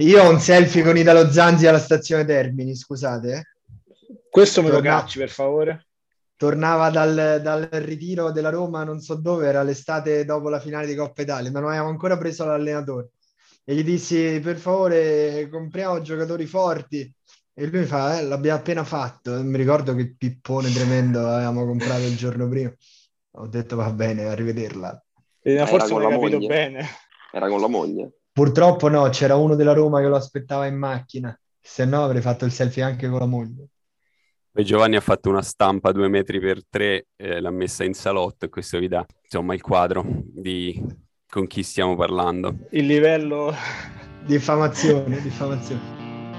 Io ho un selfie con Italo Zanzi alla stazione Termini, scusate. Questo me lo Torna- cacci, per favore. Tornava dal ritiro della Roma, non so dove, era l'estate dopo la finale di Coppa Italia, ma non avevamo ancora preso l'allenatore. E gli dissi, per favore, compriamo giocatori forti. E lui mi fa, l'abbiamo appena fatto. E mi ricordo che pippone tremendo avevamo comprato il giorno prima. Ho detto, va bene, arrivederla. Ma Era forse con non la hai capito moglie? bene. Era con la moglie? Purtroppo no, c'era uno della Roma che lo aspettava in macchina, se no avrei fatto il selfie anche con la moglie. Poi Giovanni ha fatto una stampa 2 metri per 3, l'ha messa in salotto e questo vi dà, insomma, il quadro di con chi stiamo parlando. Il livello... Diffamazione, diffamazione.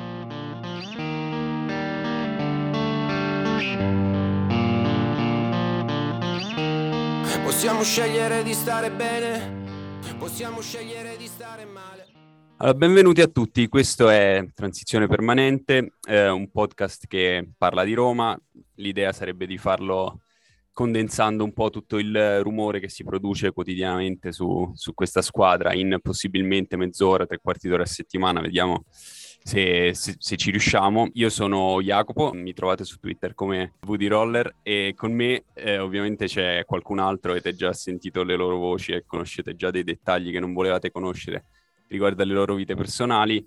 Possiamo scegliere di stare bene, possiamo scegliere di stare male. Allora, benvenuti a tutti, questo è Transizione Permanente, un podcast che parla di Roma. L'idea sarebbe di farlo condensando un po' tutto il rumore che si produce quotidianamente su questa squadra in possibilmente mezz'ora, 3/4 d'ora a settimana, vediamo se ci riusciamo. Io sono Jacopo, mi trovate su Twitter come VDRoller e con me ovviamente c'è qualcun altro, avete già sentito le loro voci e conoscete già dei dettagli che non volevate conoscere riguardo alle loro vite personali.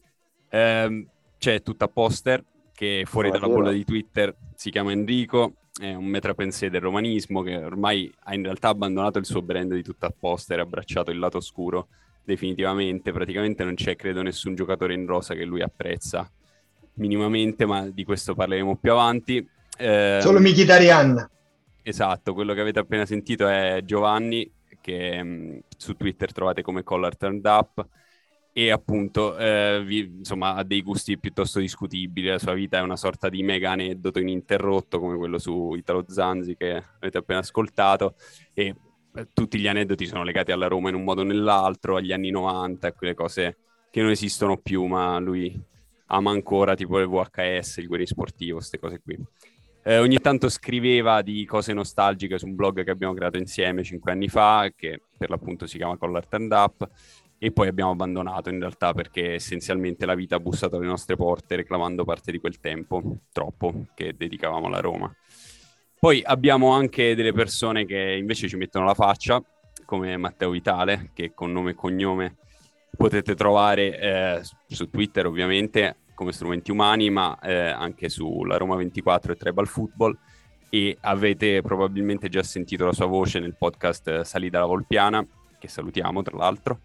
C'è Tutta Poster, che fuori dalla bolla di Twitter si chiama Enrico, è un metrapensé del romanismo che ormai ha in realtà abbandonato il suo brand di Tutta Poster e ha abbracciato il lato oscuro definitivamente. Praticamente non c'è, credo, nessun giocatore in rosa che lui apprezza minimamente, ma di questo parleremo più avanti. Solo Mkhitaryan. Esatto, quello che avete appena sentito è Giovanni, che su Twitter trovate come Collar Turned Up, e appunto insomma ha dei gusti piuttosto discutibili. La sua vita è una sorta di mega aneddoto ininterrotto come quello su Italo Zanzi che avete appena ascoltato, e tutti gli aneddoti sono legati alla Roma in un modo o nell'altro, agli anni 90 e quelle cose che non esistono più ma lui ama ancora, tipo il VHS, il Guerriero Sportivo, queste cose qui. Ogni tanto scriveva di cose nostalgiche su un blog che abbiamo creato insieme 5 anni fa, che per l'appunto si chiama Collar Turned Up, e poi abbiamo abbandonato in realtà perché essenzialmente la vita ha bussato alle nostre porte reclamando parte di quel tempo, troppo, che dedicavamo alla Roma. Poi abbiamo anche delle persone che invece ci mettono la faccia, come Matteo Vitale, che con nome e cognome potete trovare su Twitter ovviamente come Strumenti Umani, ma anche sulla Roma 24 e Tribal Football, e avete probabilmente già sentito la sua voce nel podcast Salita la Volpiana, che salutiamo tra l'altro.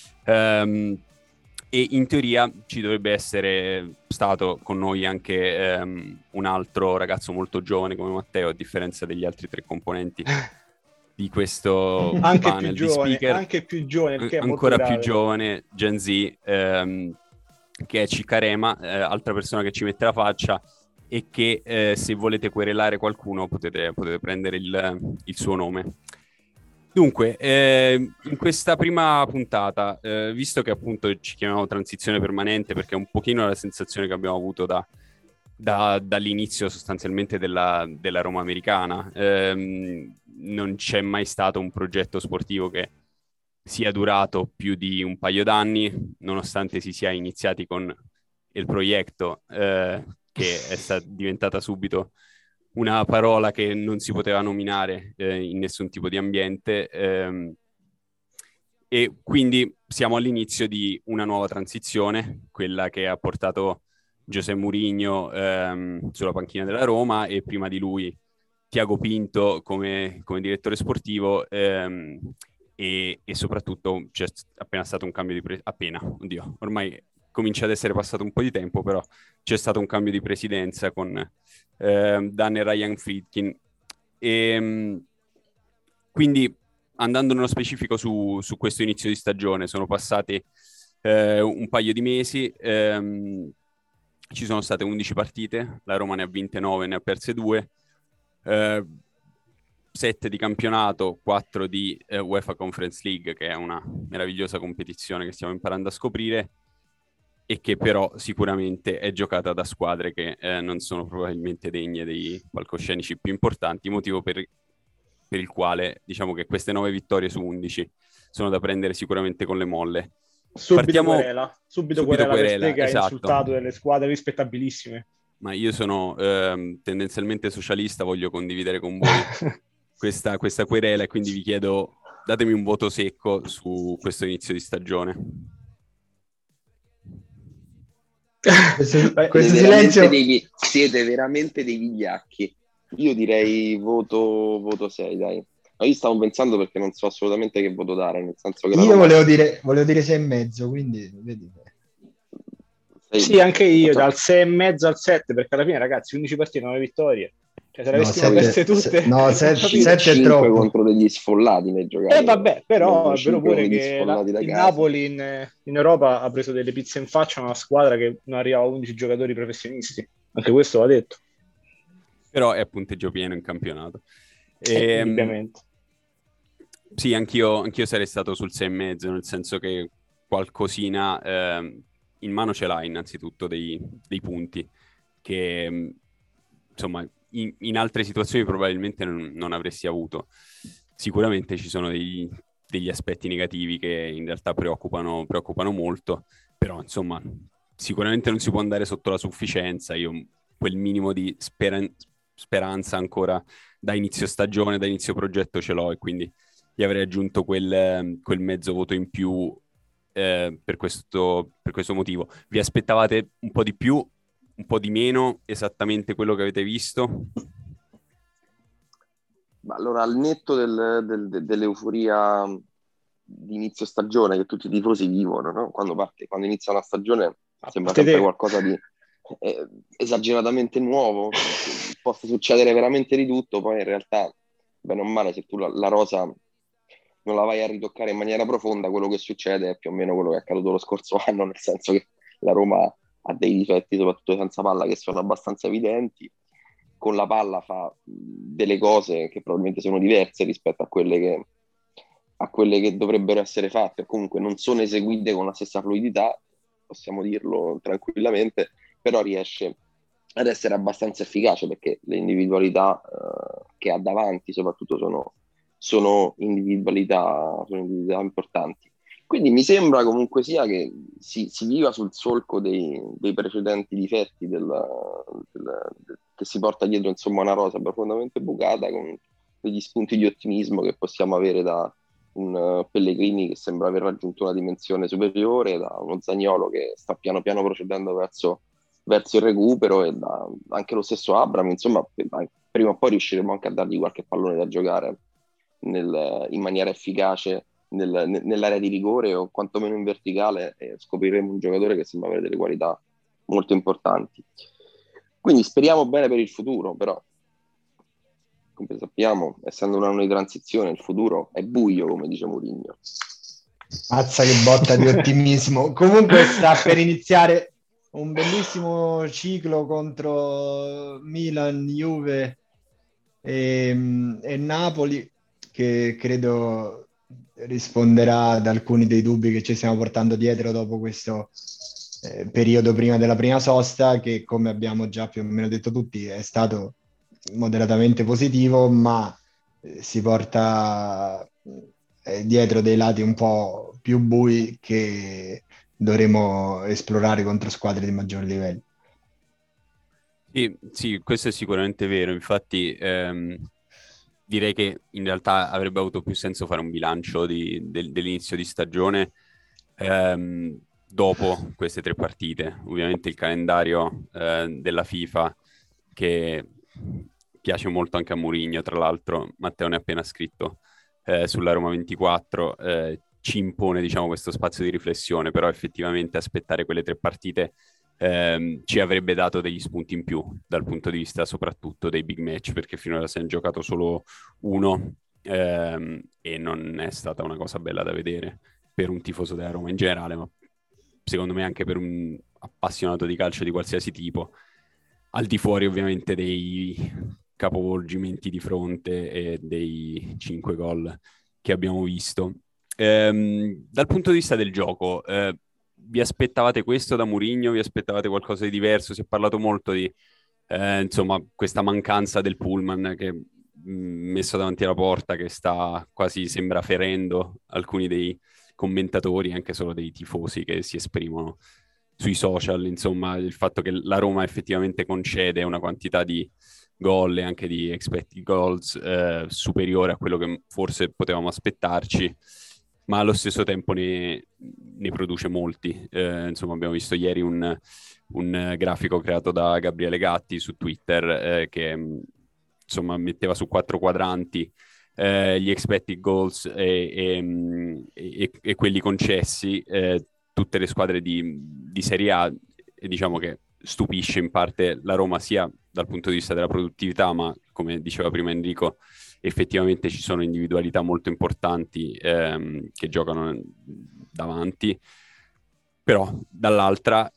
E in teoria ci dovrebbe essere stato con noi anche un altro ragazzo molto giovane come Matteo, a differenza degli altri 3 componenti di questo anche panel più di giovane, speaker. anche più giovane, il che è ancora molto più grave. giovane, Gen Z, che è Ciccarema, altra persona che ci mette la faccia e che se volete querelare qualcuno potete prendere il suo nome. Dunque, in questa prima puntata, visto che appunto ci chiamiamo Transizione Permanente perché è un pochino la sensazione che abbiamo avuto dall'inizio sostanzialmente della Roma americana, non c'è mai stato un progetto sportivo che sia durato più di un paio d'anni, nonostante si sia iniziati con il progetto, che è diventata subito una parola che non si poteva nominare in nessun tipo di ambiente, e quindi siamo all'inizio di una nuova transizione, quella che ha portato José Mourinho sulla panchina della Roma e prima di lui Tiago Pinto come direttore sportivo, e soprattutto c'è appena stato un cambio di ormai comincia ad essere passato un po' di tempo, però c'è stato un cambio di presidenza con Dan e Ryan Friedkin. Quindi andando nello specifico su questo inizio di stagione, sono passati un paio di mesi, ci sono state 11 partite, la Roma ne ha vinte 9, ne ha perse 2, 7 di campionato, 4 di UEFA Conference League, che è una meravigliosa competizione che stiamo imparando a scoprire e che però sicuramente è giocata da squadre che non sono probabilmente degne dei palcoscenici più importanti, motivo per il quale diciamo che queste 9 vittorie su 11 sono da prendere sicuramente con le molle. Partiamo Subito querela per te che hai esatto. insultato delle squadre rispettabilissime. Ma io sono tendenzialmente socialista, voglio condividere con voi questa querela e quindi vi chiedo, datemi un voto secco su questo inizio di stagione. Questo silenzio... Siete veramente dei vigliacchi. Io direi voto 6, dai. Ma io stavo pensando perché non so assolutamente che voto dare, nel senso che io volevo dire 6,5, quindi vedi. Sì, anche io, dal 6,5 al 7, perché alla fine, ragazzi, 11 partite, 9 vittorie. Cioè, se le avessimo perse tutte... No, 7 è troppo. Contro degli sfollati nei giocatori. Vabbè, però è vero pure che il casa. Napoli in Europa ha preso delle pizze in faccia a una squadra che non arriva a 11 giocatori professionisti. Anche questo va detto. Però è a punteggio pieno in campionato. Ovviamente. Sì, anch'io sarei stato sul 6,5, nel senso che qualcosina in mano ce l'ha innanzitutto dei punti che insomma in altre situazioni probabilmente non avresti avuto. Sicuramente ci sono degli aspetti negativi che in realtà preoccupano molto, però insomma sicuramente non si può andare sotto la sufficienza. Io quel minimo di speranza ancora da inizio stagione, da inizio progetto ce l'ho, e quindi gli avrei aggiunto quel mezzo voto in più per questo motivo. Vi aspettavate un po' di più, un po' di meno, esattamente quello che avete visto? Ma allora, al netto dell'euforia di inizio stagione che tutti i tifosi vivono, no? Quando inizia una stagione sembra sempre qualcosa di esageratamente nuovo, possa succedere veramente di tutto, poi in realtà, bene o male, se tu la rosa non la vai a ritoccare in maniera profonda, quello che succede è più o meno quello che è accaduto lo scorso anno, nel senso che la Roma ha dei difetti, soprattutto senza palla, che sono abbastanza evidenti. Con la palla fa delle cose che probabilmente sono diverse rispetto a quelle che dovrebbero essere fatte, o comunque non sono eseguite con la stessa fluidità, possiamo dirlo tranquillamente, però riesce ad essere abbastanza efficace perché le individualità che ha davanti soprattutto sono individualità importanti. Quindi mi sembra comunque sia che si viva sul solco dei precedenti difetti che si porta dietro, insomma, una rosa profondamente bucata, con degli spunti di ottimismo che possiamo avere da un Pellegrini che sembra aver raggiunto una dimensione superiore, da uno Zaniolo che sta piano piano procedendo verso il recupero, e da anche lo stesso Abraham. Insomma, prima o poi riusciremo anche a dargli qualche pallone da giocare in maniera efficace nell'area di rigore o quantomeno in verticale, e scopriremo un giocatore che sembra avere delle qualità molto importanti. Quindi speriamo bene per il futuro, però come sappiamo, essendo un anno di transizione, il futuro è buio, come dice Mourinho. Mazza che botta di ottimismo. Comunque sta per iniziare un bellissimo ciclo contro Milan, Juve e Napoli, che credo risponderà ad alcuni dei dubbi che ci stiamo portando dietro dopo questo periodo prima della prima sosta, che, come abbiamo già più o meno detto tutti, è stato moderatamente positivo, ma si porta dietro dei lati un po' più bui che dovremo esplorare contro squadre di maggior livello. Sì, questo è sicuramente vero. Infatti direi che in realtà avrebbe avuto più senso fare un bilancio dell'inizio di stagione dopo queste 3 partite. Ovviamente il calendario della FIFA, che piace molto anche a Mourinho, tra l'altro Matteo ne ha appena scritto sulla Roma 24, ci impone, diciamo, questo spazio di riflessione, però effettivamente aspettare quelle 3 partite ci avrebbe dato degli spunti in più dal punto di vista soprattutto dei big match, perché finora si è giocato solo uno e non è stata una cosa bella da vedere per un tifoso della Roma in generale, ma secondo me anche per un appassionato di calcio di qualsiasi tipo, al di fuori ovviamente dei capovolgimenti di fronte e dei 5 gol che abbiamo visto. Dal punto di vista del gioco, vi aspettavate questo da Mourinho? Vi aspettavate qualcosa di diverso? Si è parlato molto di insomma, questa mancanza del pullman che messo davanti alla porta, che sta quasi, sembra ferendo alcuni dei commentatori, anche solo dei tifosi che si esprimono sui social, insomma, il fatto che la Roma effettivamente concede una quantità di gol e anche di expected goals superiore a quello che forse potevamo aspettarci, ma allo stesso tempo ne produce molti. Insomma, abbiamo visto ieri un grafico creato da Gabriele Gatti su Twitter che insomma metteva su 4 quadranti gli expected goals e quelli concessi, tutte le squadre di Serie A, e diciamo che stupisce in parte la Roma sia dal punto di vista della produttività, ma come diceva prima Enrico, effettivamente ci sono individualità molto importanti che giocano davanti, però dall'altra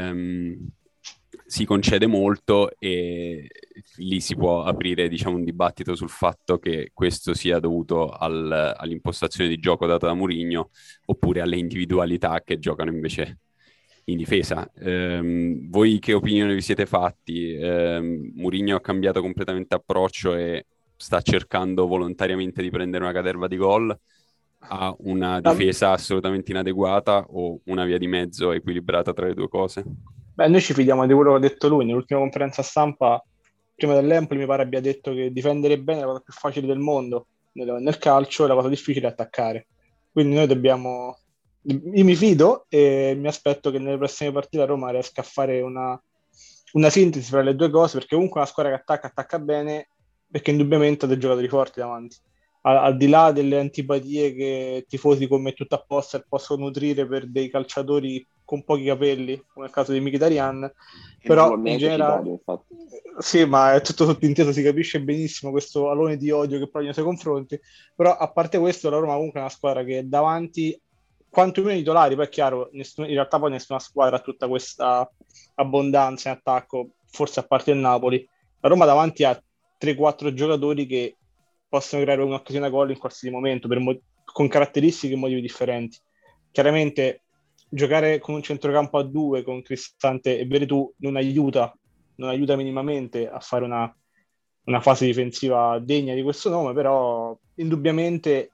si concede molto, e lì si può aprire, diciamo, un dibattito sul fatto che questo sia dovuto all'impostazione di gioco data da Mourinho oppure alle individualità che giocano invece in difesa. Voi che opinione vi siete fatti? Mourinho ha cambiato completamente approccio e sta cercando volontariamente di prendere una caterva di gol? Ha una difesa assolutamente inadeguata o una via di mezzo equilibrata tra le due cose? Beh, noi ci fidiamo di quello che ha detto lui nell'ultima conferenza stampa. Prima dell'Empoli mi pare abbia detto che difendere bene è la cosa più facile del mondo nel calcio, e la cosa difficile è attaccare. Quindi noi dobbiamo... Io mi fido e mi aspetto che nelle prossime partite la Roma riesca a fare una sintesi fra le due cose, perché comunque una squadra che attacca bene, perché indubbiamente ha dei giocatori forti davanti. Al di là delle antipatie che tifosi come Tutto Apposta possono nutrire per dei calciatori con pochi capelli, come il caso di Mkhitaryan, però in generale sì, ma è tutto sottinteso, si capisce benissimo questo alone di odio che provano nei suoi confronti. Però a parte questo, la Roma comunque è una squadra che davanti, quantomeno i titolari, poi è chiaro, in realtà poi nessuna squadra ha tutta questa abbondanza in attacco, forse a parte il Napoli. La Roma davanti ha 3-4 giocatori che possono creare un'occasione a gol in qualsiasi momento, con caratteristiche e motivi differenti. Chiaramente giocare con un centrocampo a 2 con Cristante e Veretù non aiuta minimamente a fare una fase difensiva degna di questo nome, però indubbiamente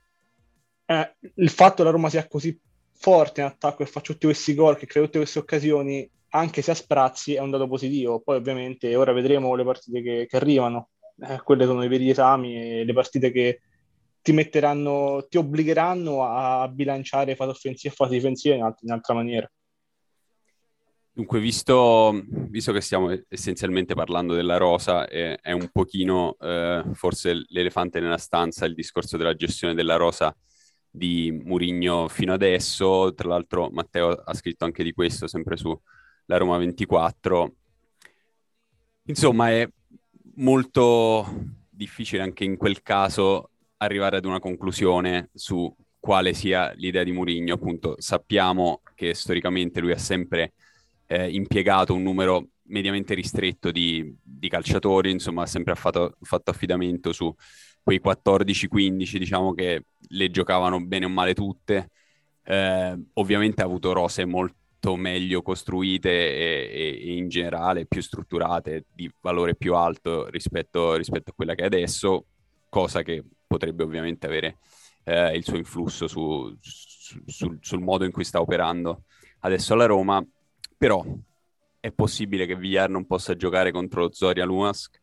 il fatto che la Roma sia così forte in attacco e faccia tutti questi gol, che crea tutte queste occasioni, anche se a sprazzi, è un dato positivo. Poi ovviamente ora vedremo le partite che arrivano, quelle sono i veri esami, e le partite che ti obbligheranno a bilanciare fase offensiva e fase difensiva in altra maniera. Dunque, visto che stiamo essenzialmente parlando della rosa, è un pochino forse l'elefante nella stanza il discorso della gestione della rosa di Mourinho fino adesso. Tra l'altro Matteo ha scritto anche di questo, sempre su la Roma 24. Insomma, è molto difficile anche in quel caso arrivare ad una conclusione su quale sia l'idea di Mourinho. Appunto, sappiamo che storicamente lui ha sempre impiegato un numero mediamente ristretto di calciatori, insomma ha sempre fatto affidamento su quei 14-15, diciamo, che le giocavano bene o male tutte. Ovviamente ha avuto rose molto meglio costruite e in generale più strutturate, di valore più alto rispetto a quella che è adesso, cosa che potrebbe ovviamente avere il suo influsso sul modo in cui sta operando adesso alla Roma. Però è possibile che Villar non possa giocare contro lo Zorya Luhansk.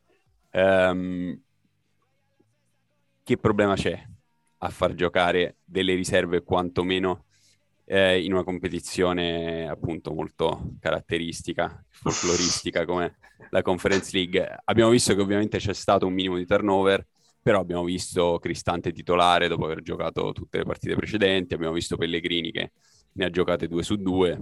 Che problema c'è a far giocare delle riserve quantomeno in una competizione appunto molto caratteristica, folcloristica come la Conference League? Abbiamo visto che ovviamente c'è stato un minimo di turnover, però abbiamo visto Cristante titolare dopo aver giocato tutte le partite precedenti, abbiamo visto Pellegrini che ne ha giocate 2 su 2,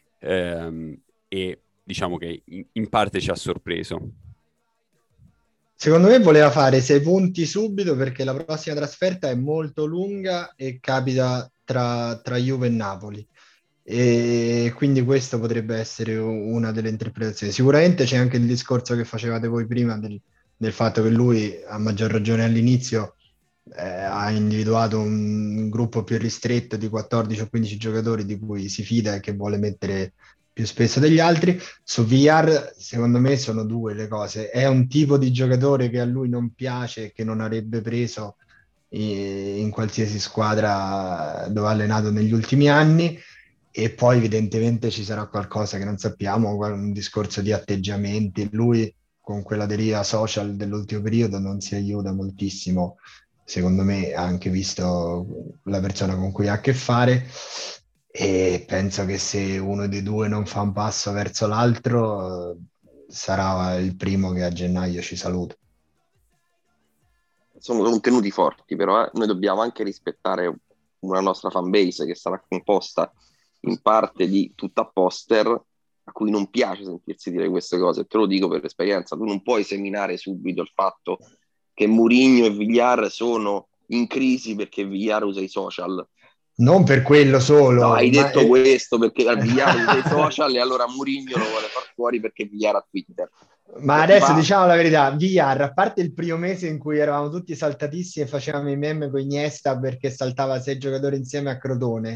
e diciamo che in parte ci ha sorpreso. Secondo me voleva fare 6 punti subito, perché la prossima trasferta è molto lunga e capita tra Juve e Napoli, e quindi questo potrebbe essere una delle interpretazioni. Sicuramente c'è anche il discorso che facevate voi prima del fatto che lui, a maggior ragione all'inizio, ha individuato un gruppo più ristretto di 14 o 15 giocatori di cui si fida e che vuole mettere più spesso degli altri. Su Villar, secondo me, sono due le cose. È un tipo di giocatore che a lui non piace, che non avrebbe preso in qualsiasi squadra dove ha allenato negli ultimi anni. E poi evidentemente ci sarà qualcosa che non sappiamo, un discorso di atteggiamenti. Lui con quella deriva social dell'ultimo periodo non si aiuta moltissimo, secondo me, anche visto la persona con cui ha a che fare, e penso che se uno dei due non fa un passo verso l'altro, sarà il primo che a gennaio ci saluta. Sono contenuti forti, però noi dobbiamo anche rispettare una nostra fanbase che sarà composta in parte di tutta poster a cui non piace sentirsi dire queste cose. Te lo dico per esperienza, tu non puoi seminare subito il fatto che Mourinho e Villar sono in crisi perché Villar usa i social. Non per quello solo. No, hai detto questo perché Villar usa i social e allora Mourinho lo vuole far fuori perché Villar ha Twitter. Ma adesso diciamo la verità, VR, a parte il primo mese in cui eravamo tutti saltatissimi e facevamo i meme con Iniesta perché saltava 6 giocatori insieme a Crotone,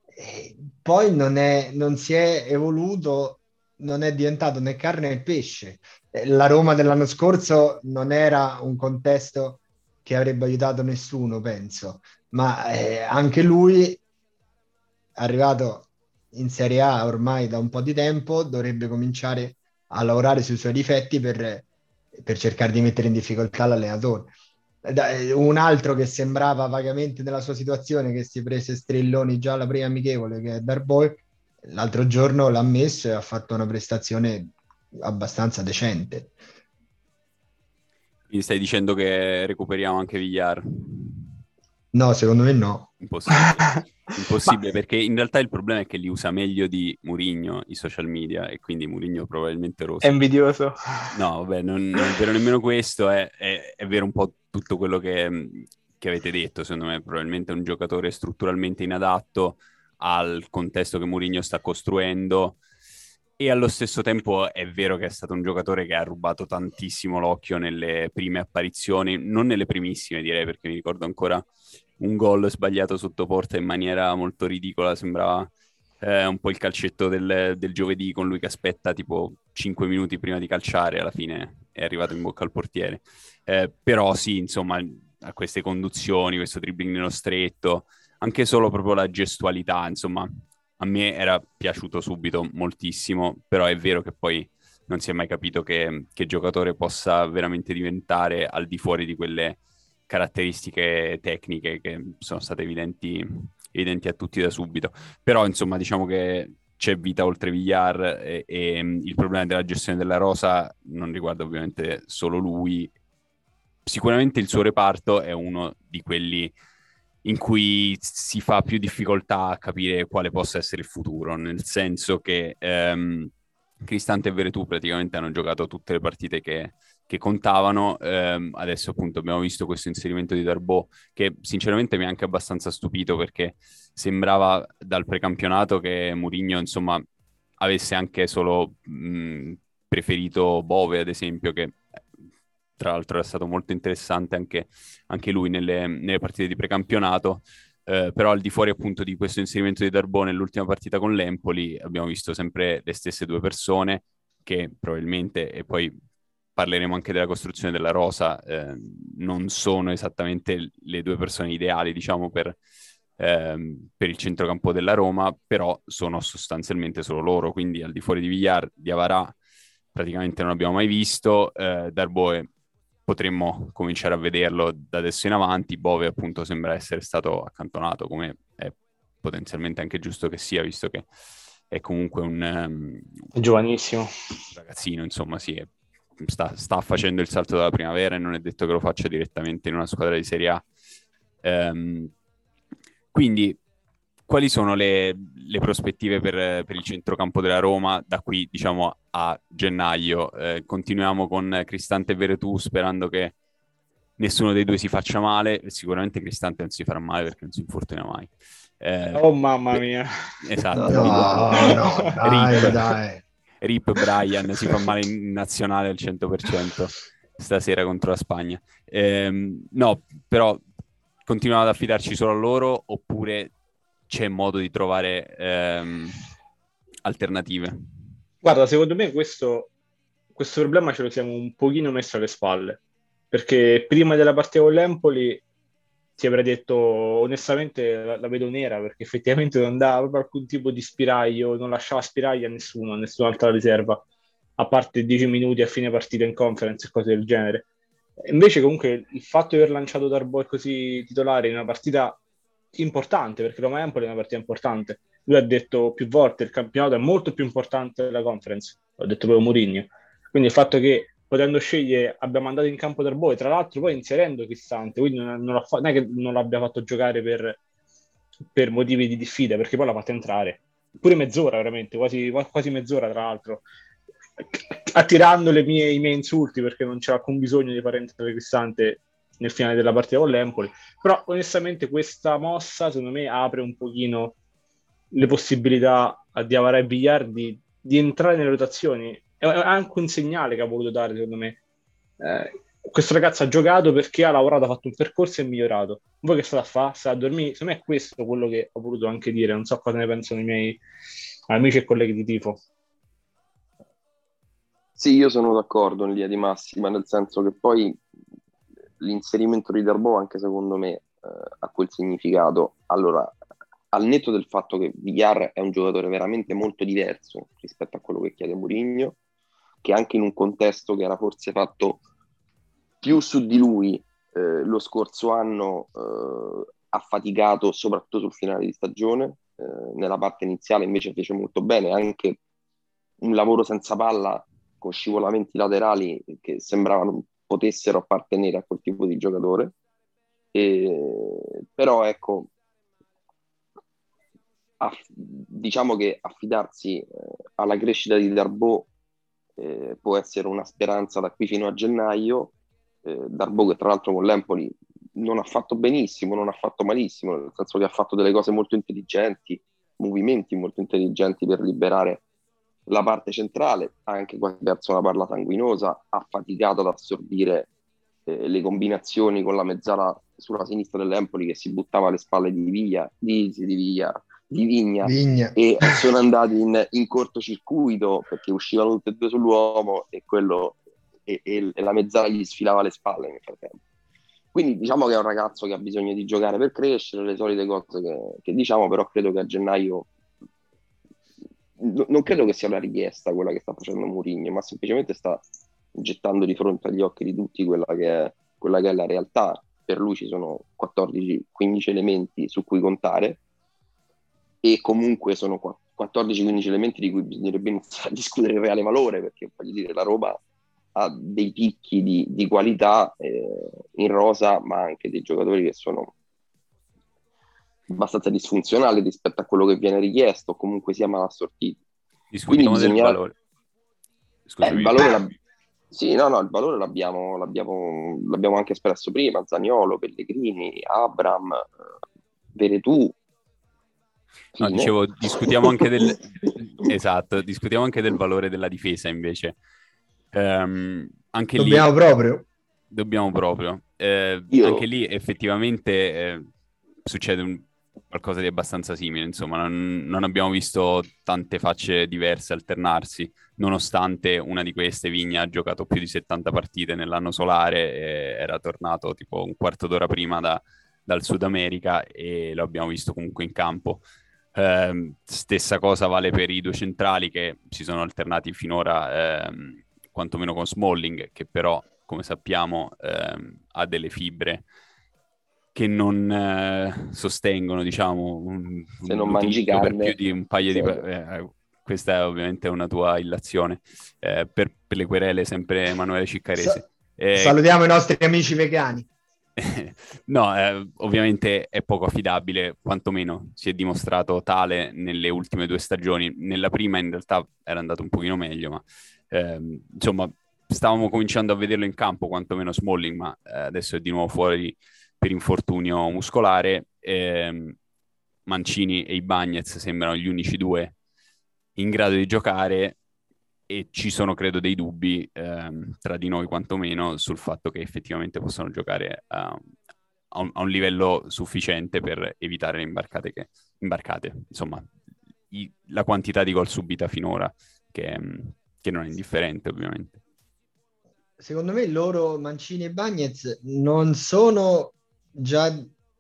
poi non si è evoluto, non è diventato né carne né pesce. La Roma dell'anno scorso non era un contesto che avrebbe aiutato nessuno, penso, ma anche lui, arrivato in Serie A ormai da un po' di tempo, dovrebbe cominciare a lavorare sui suoi difetti per cercare di mettere in difficoltà l'allenatore. Un altro che sembrava vagamente nella sua situazione, che si prese strilloni già alla prima amichevole, che è Darboe, l'altro giorno l'ha messo e ha fatto una prestazione abbastanza decente. Quindi stai dicendo che recuperiamo anche Villar? No, secondo me no. Impossibile, perché in realtà il problema è che li usa meglio di Mourinho i social media, e quindi Mourinho probabilmente È invidioso. No, vabbè, non è vero nemmeno questo, è vero un po' tutto quello che avete detto. Secondo me probabilmente è un giocatore strutturalmente inadatto al contesto che Mourinho sta costruendo, e allo stesso tempo è vero che è stato un giocatore che ha rubato tantissimo l'occhio nelle prime apparizioni, non nelle primissime direi, perché mi ricordo ancora un gol sbagliato sotto porta in maniera molto ridicola, sembrava un po' il calcetto del giovedì, con lui che aspetta tipo 5 minuti prima di calciare, alla fine è arrivato in bocca al portiere. Però sì, insomma, a queste conduzioni, questo dribbling nello stretto, anche solo proprio la gestualità, insomma, a me era piaciuto subito moltissimo, però è vero che poi non si è mai capito che giocatore possa veramente diventare al di fuori di quelle caratteristiche tecniche che sono state evidenti a tutti da subito. Però insomma diciamo che c'è vita oltre Villar, e il problema della gestione della rosa non riguarda ovviamente solo lui. Sicuramente il suo reparto è uno di quelli in cui si fa più difficoltà a capire quale possa essere il futuro, nel senso che Cristante e Veretù praticamente hanno giocato tutte le partite che contavano. Adesso appunto abbiamo visto questo inserimento di Darboe, che sinceramente mi ha anche abbastanza stupito, perché sembrava dal precampionato che Mourinho insomma avesse anche solo preferito Bove, ad esempio, che tra l'altro era stato molto interessante anche lui nelle partite di precampionato. Però al di fuori appunto di questo inserimento di Darboe nell'ultima partita con l'Empoli, abbiamo visto sempre le stesse due persone che probabilmente, e poi parleremo anche della costruzione della rosa, non sono esattamente le due persone ideali, diciamo, per il centrocampo della Roma, però sono sostanzialmente solo loro. Quindi al di fuori di Villar, di Avarà praticamente non abbiamo mai visto. Darboe potremmo cominciare a vederlo da adesso in avanti. Bove appunto sembra essere stato accantonato, come è potenzialmente anche giusto che sia, visto che è comunque è giovanissimo ragazzino, insomma, sì, sta facendo il salto dalla primavera e non è detto che lo faccia direttamente in una squadra di Serie A. Quindi quali sono le prospettive per il centrocampo della Roma da qui, diciamo, a gennaio? Continuiamo con Cristante e Veretù, sperando che nessuno dei due si faccia male. Sicuramente Cristante non si farà male perché non si infortuna mai. Oh mamma mia. Esatto. No, dai. Rip Brian si fa male in nazionale al 100% stasera contro la Spagna. No, però continuiamo ad affidarci solo a loro, oppure c'è modo di trovare alternative? Guarda, secondo me questo problema ce lo siamo un pochino messo alle spalle, perché prima della partita con l'Empoli si avrà detto onestamente la vedo nera, perché effettivamente non dava proprio alcun tipo di spiraglio, non lasciava spiragli a nessuno, a nessun'altra riserva, a parte 10 minuti a fine partita in conference e cose del genere. Invece comunque il fatto di aver lanciato Darboe così titolare in una partita importante, perché Roma Empoli è una partita importante, lui ha detto più volte il campionato è molto più importante della conference, l'ha detto proprio Mourinho, quindi il fatto che potendo scegliere abbia mandato in campo Darboe, tra l'altro poi inserendo Cristante, quindi non è che non l'abbia fatto giocare per motivi di diffida, perché poi l'ha fatto entrare pure mezz'ora, veramente, quasi mezz'ora tra l'altro, attirando i miei insulti, perché non c'era alcun bisogno di fare entrare Cristante nel finale della partita con l'Empoli. Però onestamente questa mossa secondo me apre un pochino le possibilità di Avarai e Villar di entrare nelle rotazioni. È anche un segnale che ha voluto dare, secondo me. Questo ragazzo ha giocato perché ha lavorato, ha fatto un percorso e è migliorato. Voi che state a fare? State a dormire? Secondo me è questo quello che ho voluto anche dire. Non so cosa ne pensano i miei amici e colleghi di tifo. Sì, io sono d'accordo in linea di massima, nel senso che poi l'inserimento di Darboe anche secondo me ha quel significato. Allora, al netto del fatto che Villar è un giocatore veramente molto diverso rispetto a quello che chiede Mourinho, che anche in un contesto che era forse fatto più su di lui lo scorso anno ha faticato soprattutto sul finale di stagione, nella parte iniziale invece fece molto bene, anche un lavoro senza palla con scivolamenti laterali che sembravano potessero appartenere a quel tipo di giocatore. Però ecco, diciamo che affidarsi alla crescita di Darboe può essere una speranza da qui fino a gennaio. Darboe che tra l'altro con l'Empoli non ha fatto benissimo, non ha fatto malissimo, nel senso che ha fatto delle cose molto intelligenti, movimenti molto intelligenti per liberare la parte centrale, ha anche quasi perso una palla sanguinosa, ha faticato ad assorbire le combinazioni con la mezzala sulla sinistra dell'Empoli che si buttava alle spalle di Vigna. E sono andati in cortocircuito perché uscivano tutti e due sull'uomo e quello e la mezzala gli sfilava le spalle nel frattempo. Quindi diciamo che è un ragazzo che ha bisogno di giocare per crescere, le solite cose che diciamo, però credo che a gennaio non credo che sia una richiesta quella che sta facendo Mourinho, ma semplicemente sta gettando di fronte agli occhi di tutti quella che è la realtà. Per lui ci sono 14-15 elementi su cui contare e comunque sono 14-15 elementi di cui bisognerebbe iniziare a discutere il reale valore, perché voglio dire, la Roma ha dei picchi di qualità in rosa, ma anche dei giocatori che sono abbastanza disfunzionali rispetto a quello che viene richiesto, o comunque sia mal assortiti. Discutiamo del valore. Scusami. Il valore sì, no, il valore l'abbiamo anche espresso prima: Zaniolo, Pellegrini, Abraham, Veretù. No, dicevo, discutiamo anche esatto, discutiamo anche del valore della difesa invece. Anche dobbiamo proprio. Anche lì effettivamente succede qualcosa di abbastanza simile, insomma, non abbiamo visto tante facce diverse alternarsi, nonostante una di queste, Vigna, ha giocato più di 70 partite nell'anno solare, era tornato tipo un quarto d'ora prima dal Sud America e lo abbiamo visto comunque in campo. Stessa cosa vale per i due centrali che si sono alternati finora, quantomeno con Smalling, che però, come sappiamo, ha delle fibre che non sostengono, diciamo, se non mangi carne per più di un paio di... questa è ovviamente una tua illazione. Per le querele sempre Emanuele Ciccarese. Salutiamo i nostri amici vegani. No, ovviamente è poco affidabile, quantomeno si è dimostrato tale nelle ultime 2 stagioni. Nella prima in realtà era andato un pochino meglio, ma insomma stavamo cominciando a vederlo in campo, quantomeno Smalling, ma adesso è di nuovo fuori per infortunio muscolare. Mancini e Ibañez sembrano gli unici due in grado di giocare e ci sono, credo, dei dubbi tra di noi quantomeno sul fatto che effettivamente possano giocare a un livello sufficiente per evitare le imbarcate, insomma, la quantità di gol subita finora che non è indifferente ovviamente. Secondo me loro, Mancini e Bagnez, non sono già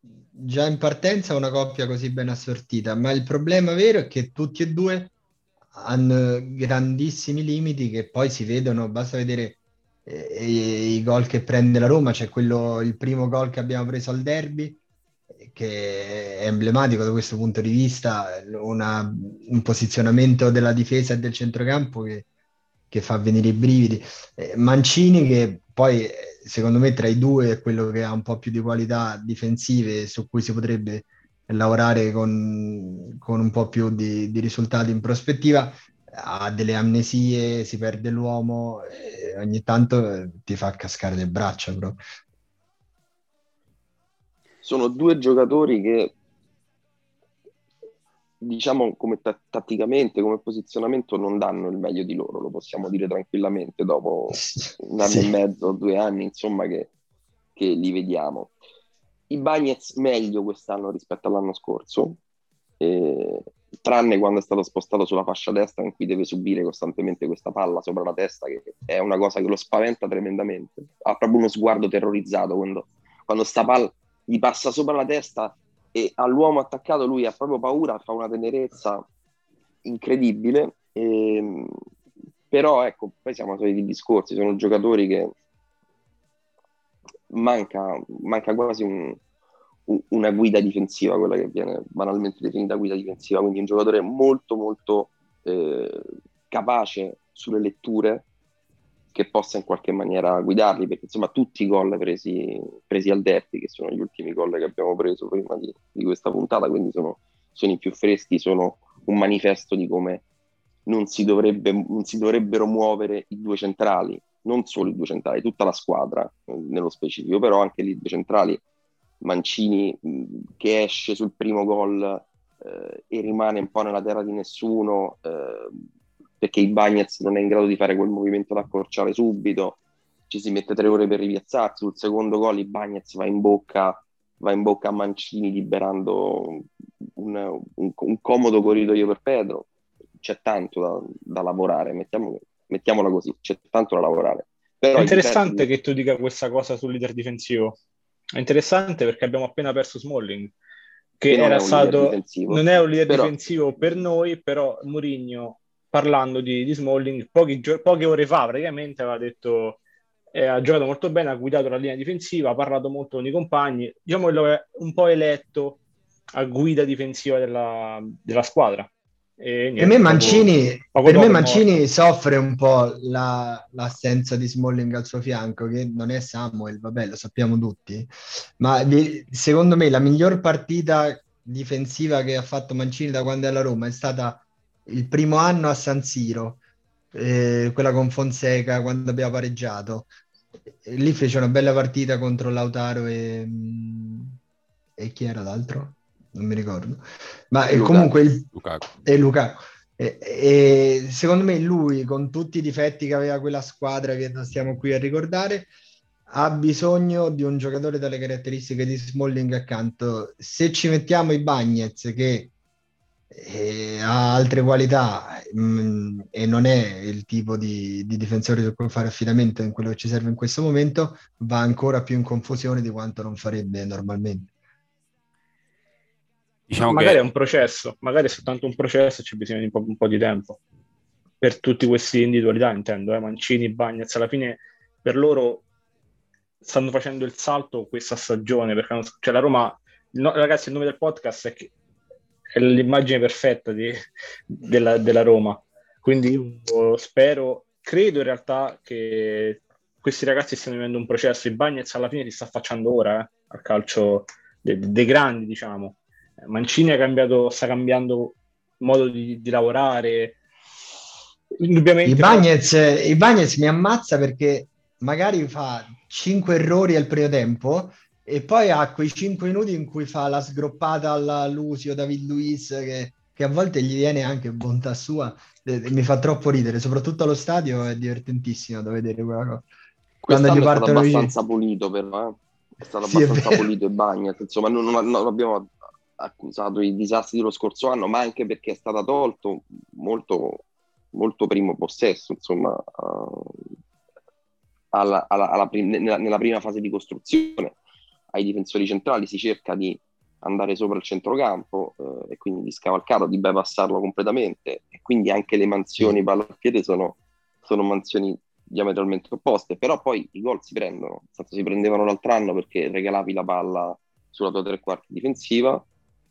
già in partenza una coppia così ben assortita, ma il problema vero è che tutti e due hanno grandissimi limiti che poi si vedono, basta vedere i gol che prende la Roma, c'è quello, il primo gol che abbiamo preso al derby, che è emblematico da questo punto di vista, un posizionamento della difesa e del centrocampo che fa venire i brividi. Mancini che poi secondo me tra i due è quello che ha un po' più di qualità difensive su cui si potrebbe lavorare con un po' più di risultati in prospettiva, ha delle amnesie, si perde l'uomo, ogni tanto ti fa cascare le braccia proprio. Sono due giocatori che, diciamo, come tatticamente, come posizionamento, non danno il meglio di loro, lo possiamo dire tranquillamente, dopo un anno e mezzo, 2 anni, insomma, che li vediamo. Ibañez meglio quest'anno rispetto all'anno scorso, tranne quando è stato spostato sulla fascia destra in cui deve subire costantemente questa palla sopra la testa, che è una cosa che lo spaventa tremendamente. Ha proprio uno sguardo terrorizzato quando sta palla gli passa sopra la testa e all'uomo attaccato lui ha proprio paura, fa una tenerezza incredibile. Però ecco, poi siamo ai soliti discorsi, sono giocatori che manca quasi una guida difensiva, quella che viene banalmente definita guida difensiva, quindi un giocatore molto molto capace sulle letture, che possa in qualche maniera guidarli, perché insomma tutti i gol presi al derby, che sono gli ultimi gol che abbiamo preso prima di questa puntata, quindi sono i più freschi, sono un manifesto di come non si dovrebbero muovere i due centrali, non solo i due centrali, tutta la squadra nello specifico, però anche lì i due centrali. Mancini che esce sul primo gol e rimane un po' nella terra di nessuno, perché Ibañez non è in grado di fare quel movimento da accorciare subito, ci si mette 3 ore per ripiazzarsi. Sul secondo gol Ibañez va in bocca a Mancini, liberando un comodo corridoio per Pedro. C'è tanto da lavorare, mettiamola così, c'è tanto da lavorare. Però è interessante che tu dica questa cosa sul leader difensivo. È interessante perché abbiamo appena perso Smalling, che era stato, non è un leader difensivo per noi, però Mourinho, parlando di Smalling, poche ore fa praticamente aveva detto ha giocato molto bene, ha guidato la linea difensiva, ha parlato molto con i compagni, diciamo che lo è un po' eletto a guida difensiva della squadra. E niente, per me Mancini soffre un po' l'assenza di Smalling al suo fianco, che non è Samuel, vabbè, lo sappiamo tutti, ma secondo me la miglior partita difensiva che ha fatto Mancini da quando è alla Roma è stata il primo anno a San Siro, quella con Fonseca quando abbiamo pareggiato. Lì fece una bella partita contro Lautaro e chi era l'altro? Non mi ricordo. Ma comunque Lukaku. E secondo me lui, con tutti i difetti che aveva quella squadra che non stiamo qui a ricordare, ha bisogno di un giocatore dalle caratteristiche di Smalling accanto. Se ci mettiamo Ibañez che ha altre qualità e non è il tipo di difensore su cui fare affidamento in quello che ci serve in questo momento, va ancora più in confusione di quanto non farebbe normalmente. Diciamo magari è un processo, magari è soltanto un processo, c'è bisogno di un po' di tempo per tutti questi individualità, intendo, Mancini, Ibañez, alla fine per loro stanno facendo il salto questa stagione, perché cioè la Roma, ragazzi, il nome del podcast è l'immagine perfetta della Roma, quindi io credo in realtà che questi ragazzi stiano vivendo un processo. Ibañez alla fine si sta affacciando ora al calcio dei grandi, diciamo. Mancini sta cambiando modo di lavorare. Indubbiamente Ibañez mi ammazza perché magari fa 5 errori al primo tempo e poi ha quei 5 minuti in cui fa la sgroppata alla Lucio, David Luiz, che a volte gli viene anche bontà sua. Mi fa troppo ridere, soprattutto allo stadio è divertentissimo da vedere quella cosa. Quando gli partono è stato abbastanza pulito, però è stato abbastanza pulito Ibañez, insomma non abbiamo accusato i disastri dello scorso anno, ma anche perché è stata tolto molto, molto primo possesso, insomma, nella prima fase di costruzione. ai difensori centrali, si cerca di andare sopra il centrocampo e quindi di scavalcarlo, di bypassarlo completamente, e quindi anche le mansioni palla al piede sono mansioni diametralmente opposte, però poi i gol si prendono, nel senso si prendevano l'altro anno perché regalavi la palla sulla tua tre quarti difensiva,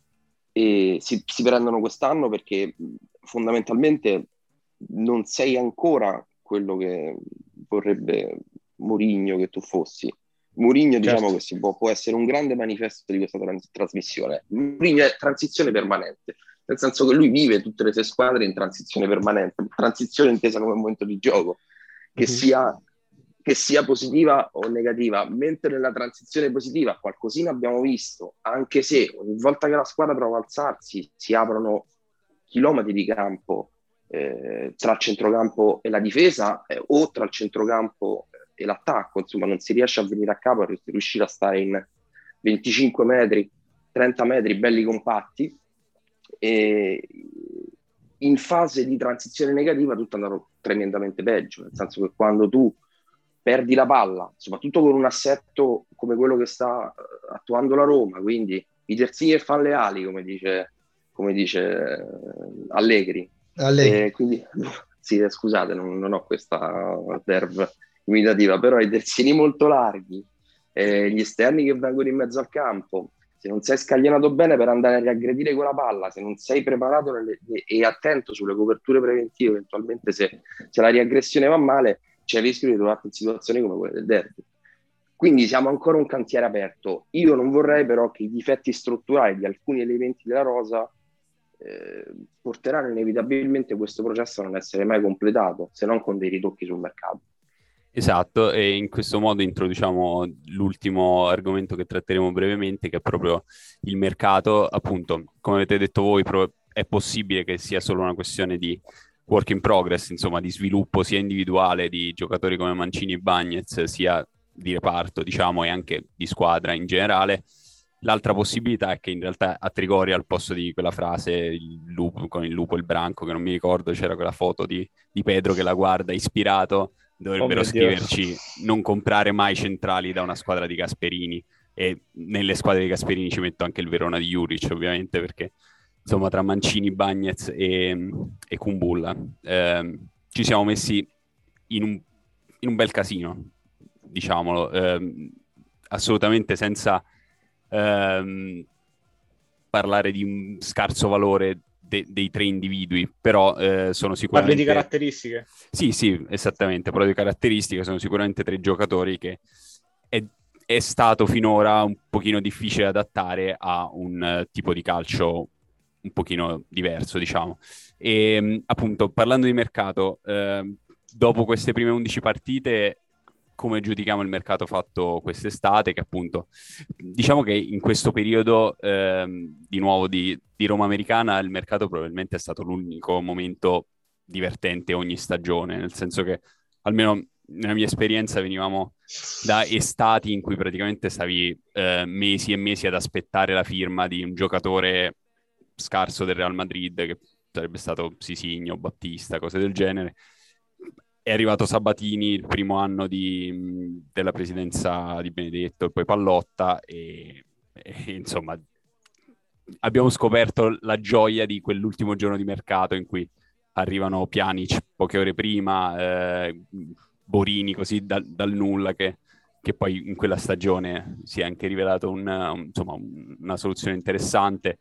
e si prendono quest'anno perché fondamentalmente non sei ancora quello che vorrebbe Mourinho che tu fossi. Mourinho, diciamo che può essere un grande manifesto di questa trasmissione. Mourinho è transizione permanente, nel senso che lui vive tutte le sue squadre in transizione permanente, transizione intesa come momento di gioco, che sia positiva o negativa, mentre nella transizione positiva qualcosina abbiamo visto, anche se ogni volta che la squadra prova a alzarsi si aprono chilometri di campo tra il centrocampo e la difesa, o tra il centrocampo e l'attacco, insomma non si riesce a venire a capo e riuscire a stare in 25 metri, 30 metri belli compatti, e in fase di transizione negativa tutto è andato tremendamente peggio, nel senso che quando tu perdi la palla, soprattutto con un assetto come quello che sta attuando la Roma, quindi i terzini che fanno le ali, come dice Allegri. Quindi, sì, scusate, non ho questa verve imitativa, però i terzini molto larghi, gli esterni che vengono in mezzo al campo, se non sei scaglionato bene per andare a riaggredire quella palla, se non sei preparato e attento sulle coperture preventive, eventualmente se la riaggressione va male, c'è il rischio di trovarti in situazioni come quelle del derby. Quindi siamo ancora un cantiere aperto. Io non vorrei però che i difetti strutturali di alcuni elementi della rosa porteranno inevitabilmente questo processo a non essere mai completato, se non con dei ritocchi sul mercato. Esatto, e in questo modo introduciamo l'ultimo argomento che tratteremo brevemente, che è proprio il mercato. Appunto, come avete detto voi, è possibile che sia solo una questione di work in progress, insomma, di sviluppo sia individuale di giocatori come Mancini e Bagnez, sia di reparto, diciamo, e anche di squadra in generale. L'altra possibilità è che in realtà a Trigoria, al posto di quella frase il lupo, con il lupo e il branco, che non mi ricordo, c'era quella foto di Pedro che la guarda ispirato, dovrebbero scriverci non comprare mai centrali da una squadra di Gasperini, e nelle squadre di Gasperini ci metto anche il Verona di Juric, ovviamente, perché insomma tra Mancini, Bagnez e Kumbulla ci siamo messi in un bel casino, diciamolo, assolutamente senza parlare di un scarso valore dei tre individui, però sono sicuramente... Parli di caratteristiche? Sì, esattamente, parlo di caratteristiche, sono sicuramente tre giocatori che è stato finora un pochino difficile adattare a un tipo di calcio un pochino diverso, diciamo. E appunto, parlando di mercato, dopo queste prime 11 partite, come giudichiamo il mercato fatto quest'estate, che appunto diciamo che in questo periodo di nuovo di Roma americana il mercato probabilmente è stato l'unico momento divertente ogni stagione, nel senso che almeno nella mia esperienza venivamo da estati in cui praticamente stavi mesi e mesi ad aspettare la firma di un giocatore scarso del Real Madrid, che sarebbe stato Sisinho, Battista, cose del genere. È arrivato Sabatini il primo anno della presidenza di Benedetto e poi Pallotta e insomma abbiamo scoperto la gioia di quell'ultimo giorno di mercato in cui arrivano Pjanic poche ore prima, Borini così dal nulla, che poi in quella stagione si è anche rivelato insomma, una soluzione interessante.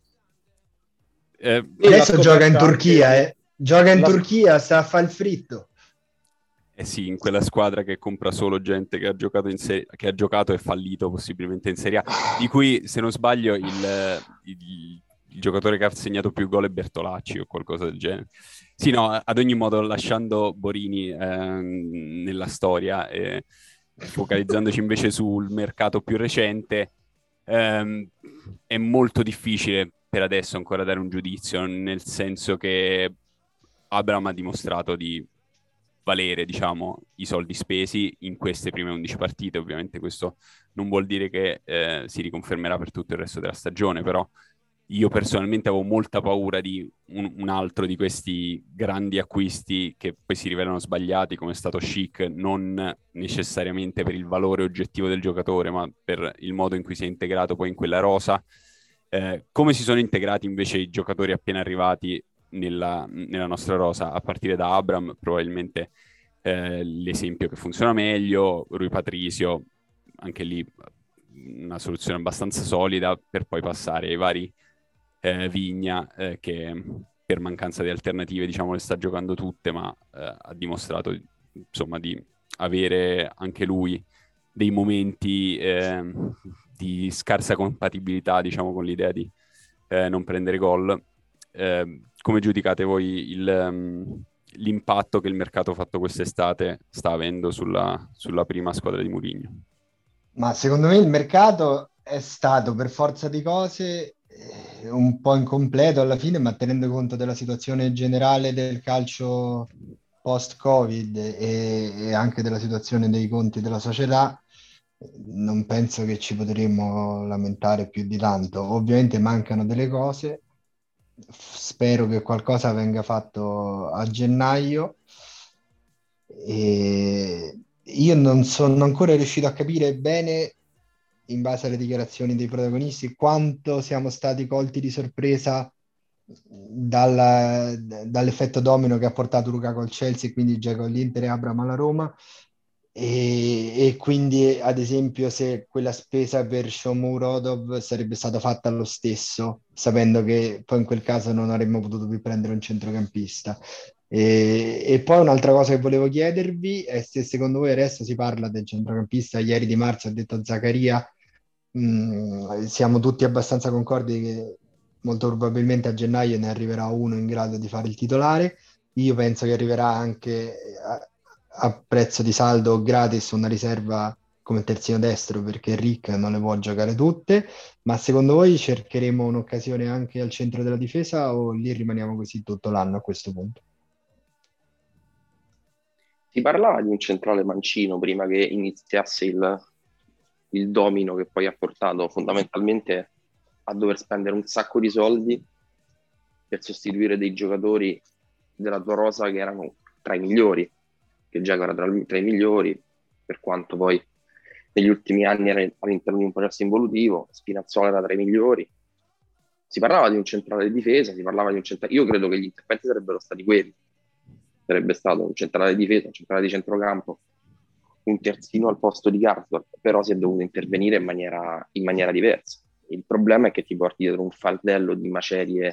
Adesso gioca in Turchia, gioca in Turchia, sta a fare il fritto. Eh sì, in quella squadra che compra solo gente che ha giocato che ha giocato e fallito possibilmente in Serie A, di cui, se non sbaglio, il giocatore che ha segnato più gol è Bertolacci o qualcosa del genere. Sì, no, ad ogni modo, lasciando Borini nella storia e focalizzandoci invece sul mercato più recente, è molto difficile per adesso ancora dare un giudizio, nel senso che Abraham ha dimostrato di valere, diciamo, i soldi spesi in queste prime 11 partite. Ovviamente questo non vuol dire che si riconfermerà per tutto il resto della stagione, però io personalmente avevo molta paura di un altro di questi grandi acquisti che poi si rivelano sbagliati, come è stato Schick, non necessariamente per il valore oggettivo del giocatore, ma per il modo in cui si è integrato poi in quella rosa. Come si sono integrati invece i giocatori appena arrivati nella nostra rosa, a partire da Abraham, probabilmente l'esempio che funziona meglio, Rui Patricio, anche lì una soluzione abbastanza solida, per poi passare ai vari Vigna, che per mancanza di alternative, diciamo, le sta giocando tutte, ma ha dimostrato, insomma, di avere anche lui dei momenti di scarsa compatibilità, diciamo, con l'idea di non prendere gol. Come giudicate voi l'impatto che il mercato fatto quest'estate sta avendo sulla prima squadra di Mourinho? Ma secondo me il mercato è stato per forza di cose un po' incompleto alla fine, ma tenendo conto della situazione generale del calcio post-Covid e anche della situazione dei conti della società, non penso che ci potremmo lamentare più di tanto. Ovviamente mancano delle cose, spero che qualcosa venga fatto a gennaio. E io non sono ancora riuscito a capire bene, in base alle dichiarazioni dei protagonisti, quanto siamo stati colti di sorpresa dall'effetto domino che ha portato Lukaku al Chelsea e quindi Dzeko all'Inter e Abraham alla Roma. E quindi, ad esempio, se quella spesa per Shomurodov sarebbe stata fatta lo stesso, sapendo che poi in quel caso non avremmo potuto più prendere un centrocampista. E poi un'altra cosa che volevo chiedervi è se secondo voi adesso si parla del centrocampista. Ieri Di Marzio ha detto Zaccaria, siamo tutti abbastanza concordi che molto probabilmente a gennaio ne arriverà uno in grado di fare il titolare. Io penso che arriverà anche a prezzo di saldo o gratis una riserva come terzino destro, perché Rick non le può giocare tutte. Ma secondo voi cercheremo un'occasione anche al centro della difesa o lì rimaniamo così tutto l'anno a questo punto? Si parlava di un centrale mancino prima che iniziasse il domino che poi ha portato fondamentalmente a dover spendere un sacco di soldi per sostituire dei giocatori della tua rosa che erano tra i migliori, che già era tra i migliori, per quanto poi negli ultimi anni era all'interno di un processo involutivo. Spinazzola era tra i migliori. Si parlava di un centrale di difesa, si parlava di un centrale... Io credo che gli interventi sarebbero stati quelli. Sarebbe stato un centrale di difesa, un centrale di centrocampo, un terzino al posto di Garsdorp, però si è dovuto intervenire in maniera diversa. Il problema è che ti porti dietro un fardello di macerie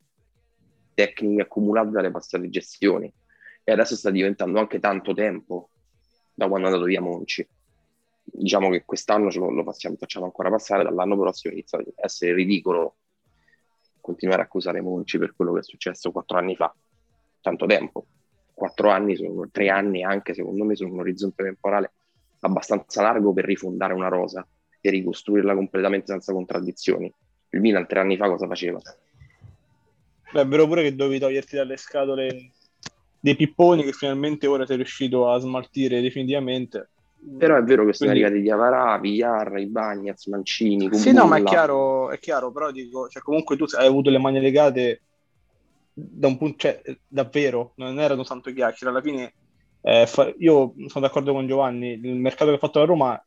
tecniche accumulate dalle passate gestioni, e adesso sta diventando anche tanto tempo da quando è andato via Monci. Diciamo che quest'anno facciamo ancora passare, dall'anno prossimo inizia a essere ridicolo continuare a accusare Monci per quello che è successo 4 anni fa. Tanto tempo. 4 anni, 3 anni anche, secondo me, sono un orizzonte temporale abbastanza largo per rifondare una rosa e ricostruirla completamente senza contraddizioni. Il Milan 3 anni fa cosa faceva? Beh, è vero pure che dovevi toglierti dalle scatole dei pipponi che finalmente ora sei riuscito a smaltire definitivamente. Però è vero che sono arrivati Diawara, Villar, Ibañez, Mancini, Kubulla. Sì, no, ma è chiaro, però dico, cioè, comunque tu hai avuto le mani legate da un punto, cioè, davvero, non erano tanto chiacchiere. Alla fine io sono d'accordo con Giovanni, il mercato che ha fatto la Roma,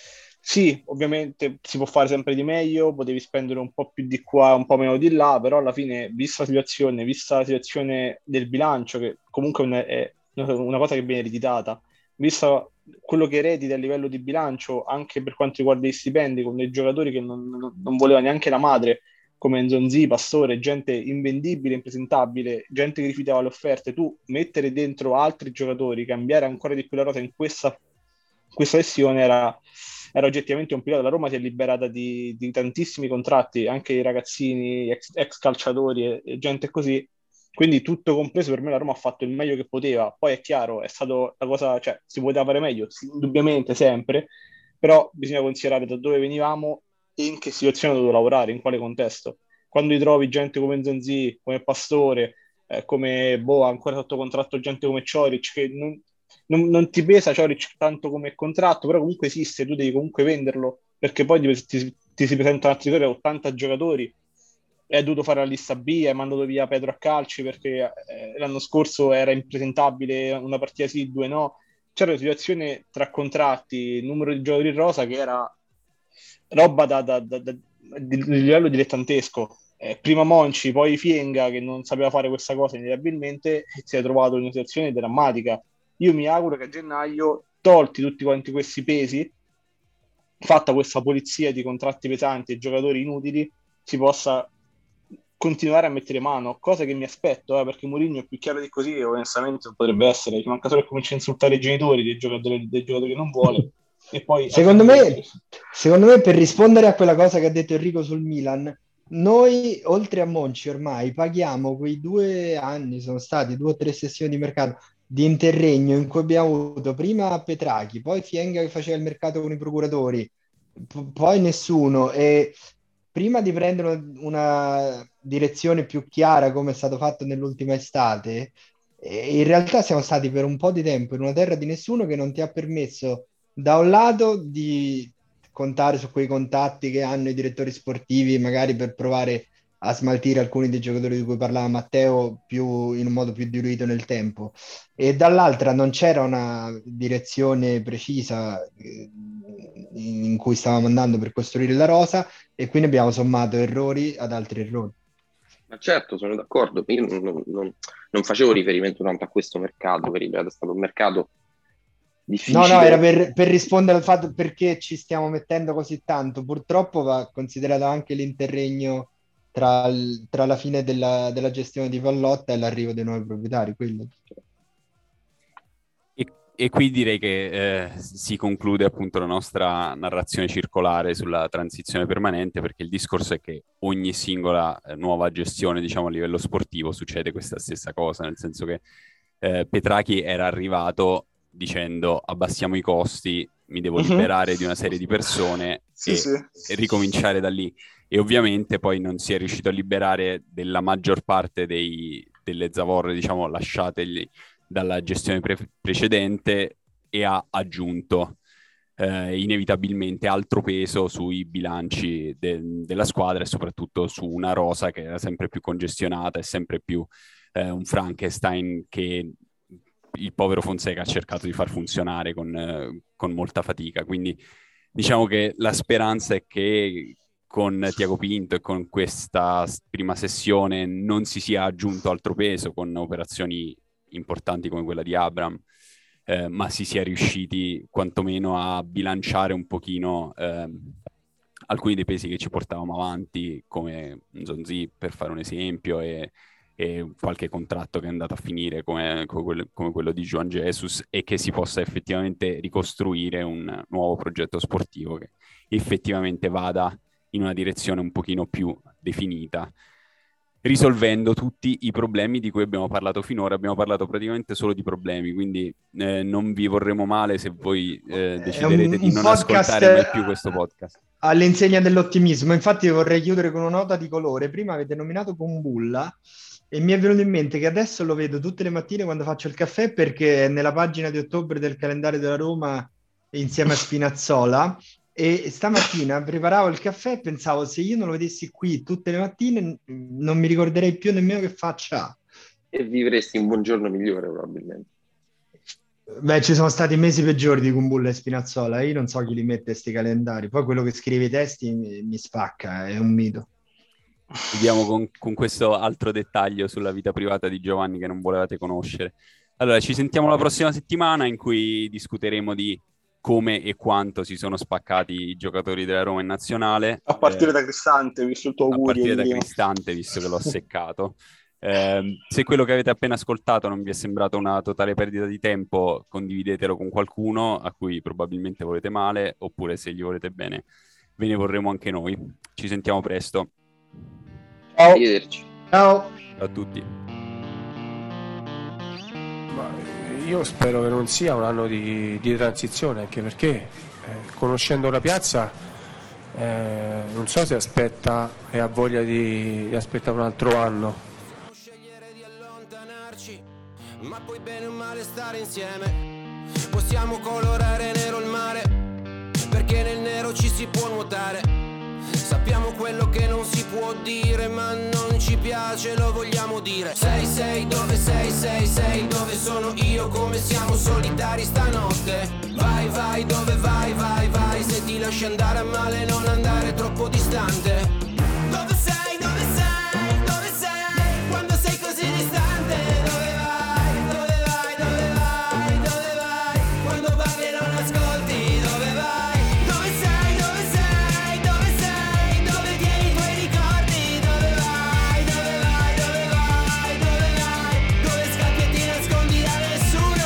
sì, ovviamente si può fare sempre di meglio, potevi spendere un po' più di qua, un po' meno di là, però alla fine, vista la situazione del bilancio, che comunque è una cosa che viene ereditata, vista quello che eredita a livello di bilancio, anche per quanto riguarda gli stipendi, con dei giocatori che non voleva neanche la madre, come Nzonzi, Pastore, gente invendibile, impresentabile, gente che rifiutava le offerte, tu mettere dentro altri giocatori, cambiare ancora di più la rosa in questa sessione era oggettivamente un pilota. La Roma si è liberata di tantissimi contratti, anche i ragazzini, ex calciatori e gente così. Quindi tutto compreso, per me la Roma ha fatto il meglio che poteva. Poi è chiaro, è stato la cosa, cioè si poteva fare meglio, indubbiamente sempre, però bisogna considerare da dove venivamo e in che situazione dovevo lavorare, in quale contesto. Quando ti trovi gente come Nzonzi, come Pastore, come ancora sotto contratto gente come Cioric, che non ti pesa Cioric tanto come contratto, però comunque esiste, tu devi comunque venderlo, perché poi ti si presentano altri 80 giocatori è dovuto fare la lista B, è mandato via Pedro a calci perché l'anno scorso era impresentabile una partita sì, 2 no. C'era una situazione tra contratti, numero di giocatori in rosa che era roba di livello dilettantesco. Prima Monci, poi Fienga che non sapeva fare questa cosa inevitabilmente e si è trovato in una situazione drammatica. Io mi auguro che a gennaio, tolti tutti quanti questi pesi, fatta questa polizia di contratti pesanti e giocatori inutili, si possa continuare a mettere mano, cosa che mi aspetto, perché Mourinho più chiaro di così onestamente non potrebbe essere, ci manca solo che comincia a insultare i genitori dei giocatori che non vuole e poi secondo me per rispondere a quella cosa che ha detto Enrico sul Milan, noi oltre a Monci ormai paghiamo quei 2 anni, sono stati 2 o 3 sessioni di mercato di interregno in cui abbiamo avuto prima Petrachi, poi Fienga che faceva il mercato con i procuratori, poi nessuno, e prima di prendere una direzione più chiara come è stato fatto nell'ultima estate, in realtà siamo stati per un po' di tempo in una terra di nessuno che non ti ha permesso da un lato di contare su quei contatti che hanno i direttori sportivi, magari per provare a smaltire alcuni dei giocatori di cui parlava Matteo più, in un modo più diluito nel tempo, e dall'altra non c'era una direzione precisa in cui stavamo andando per costruire la rosa, e quindi abbiamo sommato errori ad altri errori. Ma certo, sono d'accordo. Io non facevo riferimento tanto a questo mercato, che ripeto, è stato un mercato difficile. No, era per rispondere al fatto perché ci stiamo mettendo così tanto. Purtroppo va considerato anche l'interregno tra la fine della gestione di Pallotta e l'arrivo dei nuovi proprietari. Quello. E qui direi che si conclude appunto la nostra narrazione circolare sulla transizione permanente, perché il discorso è che ogni singola nuova gestione, diciamo a livello sportivo, succede questa stessa cosa, nel senso che Petrachi era arrivato dicendo abbassiamo i costi, mi devo liberare di una serie di persone e ricominciare da lì. E ovviamente poi non si è riuscito a liberare della maggior parte delle zavorre, diciamo, lasciategli dalla gestione precedente, e ha aggiunto inevitabilmente altro peso sui bilanci della squadra e soprattutto su una rosa che era sempre più congestionata e sempre più un Frankenstein che il povero Fonseca ha cercato di far funzionare con molta fatica. Quindi diciamo che la speranza è che con Tiago Pinto e con questa prima sessione non si sia aggiunto altro peso con operazioni importanti come quella di Abraham, ma si sia riusciti quantomeno a bilanciare un pochino alcuni dei pesi che ci portavamo avanti, come Nzonzi per fare un esempio, e qualche contratto che è andato a finire come quello di Joan Jesus, e che si possa effettivamente ricostruire un nuovo progetto sportivo che effettivamente vada in una direzione un pochino più definita, risolvendo tutti i problemi di cui abbiamo parlato finora. Abbiamo parlato praticamente solo di problemi, quindi non vi vorremmo male se voi deciderete di non ascoltare mai più questo podcast. All'insegna dell'ottimismo. Infatti vorrei chiudere con una nota di colore. Prima avete nominato Kumbulla e mi è venuto in mente che adesso lo vedo tutte le mattine quando faccio il caffè, perché è nella pagina di ottobre del calendario della Roma insieme a Spinazzola. E stamattina preparavo il caffè e pensavo, se io non lo vedessi qui tutte le mattine non mi ricorderei più nemmeno che faccia ha. E vivresti un buongiorno migliore probabilmente. Beh, ci sono stati mesi peggiori di Kumbulla e Spinazzola, io non so chi li mette questi calendari, poi quello che scrive i testi mi spacca, è un mito. Vediamo con questo altro dettaglio sulla vita privata di Giovanni che non volevate conoscere. Allora, ci sentiamo la prossima settimana, in cui discuteremo di come e quanto si sono spaccati i giocatori della Roma in nazionale. A partire da Cristante, visto il tuo augurio. A partire da Cristante, visto che l'ho seccato. Se quello che avete appena ascoltato non vi è sembrato una totale perdita di tempo, condividetelo con qualcuno a cui probabilmente volete male, oppure se gli volete bene ve ne vorremmo anche noi. Ci sentiamo presto. Ciao. Arrivederci. Ciao a tutti. Io spero che non sia un anno di transizione, anche perché conoscendo la piazza non so se aspetta e ha voglia di aspettare un altro anno. Scegliere di allontanarci, ma poi bene o male stare insieme. Possiamo colorare nero il mare, perché nel nero ci si può nuotare. Sappiamo quello che non si può dire, ma non ci piace, lo vogliamo dire. Sei, dove sei, dove sono io, come siamo solitari stanotte. Vai, dove vai, se ti lasci andare a male non andare troppo distante. Dove sei, quando sei così distante. Dove vai, quando parli e non ascolti. Dove vai? Dove sei, dove tieni i tuoi ricordi. Dove vai, dove scappi e ti nascondi da nessuno.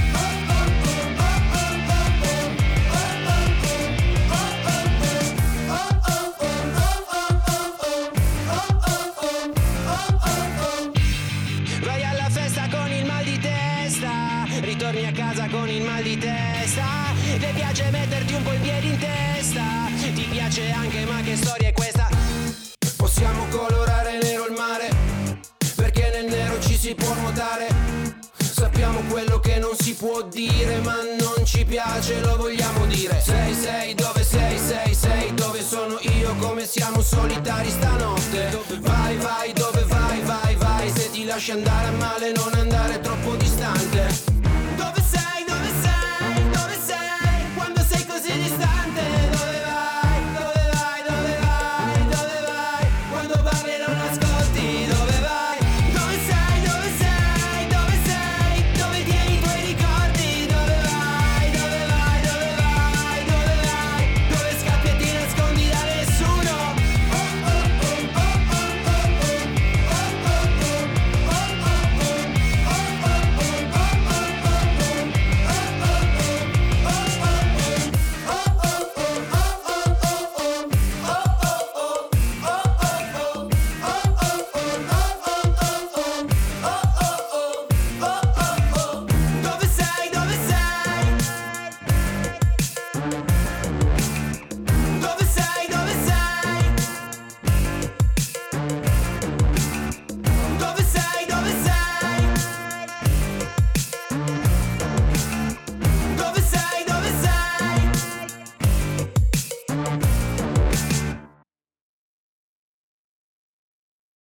Vai alla festa con il mal di testa, ritorni a casa con il mal di testa. Le piace metterti un po' i piedi in testa, ti piace anche, ma che storia è questa? Possiamo colorare nero il mare, perché nel nero ci si può nuotare. Sappiamo quello che non si può dire, ma non ci piace, lo vogliamo dire. Sei, dove sei, dove sono io, come siamo solitari stanotte. Vai, dove vai, se ti lasci andare a male non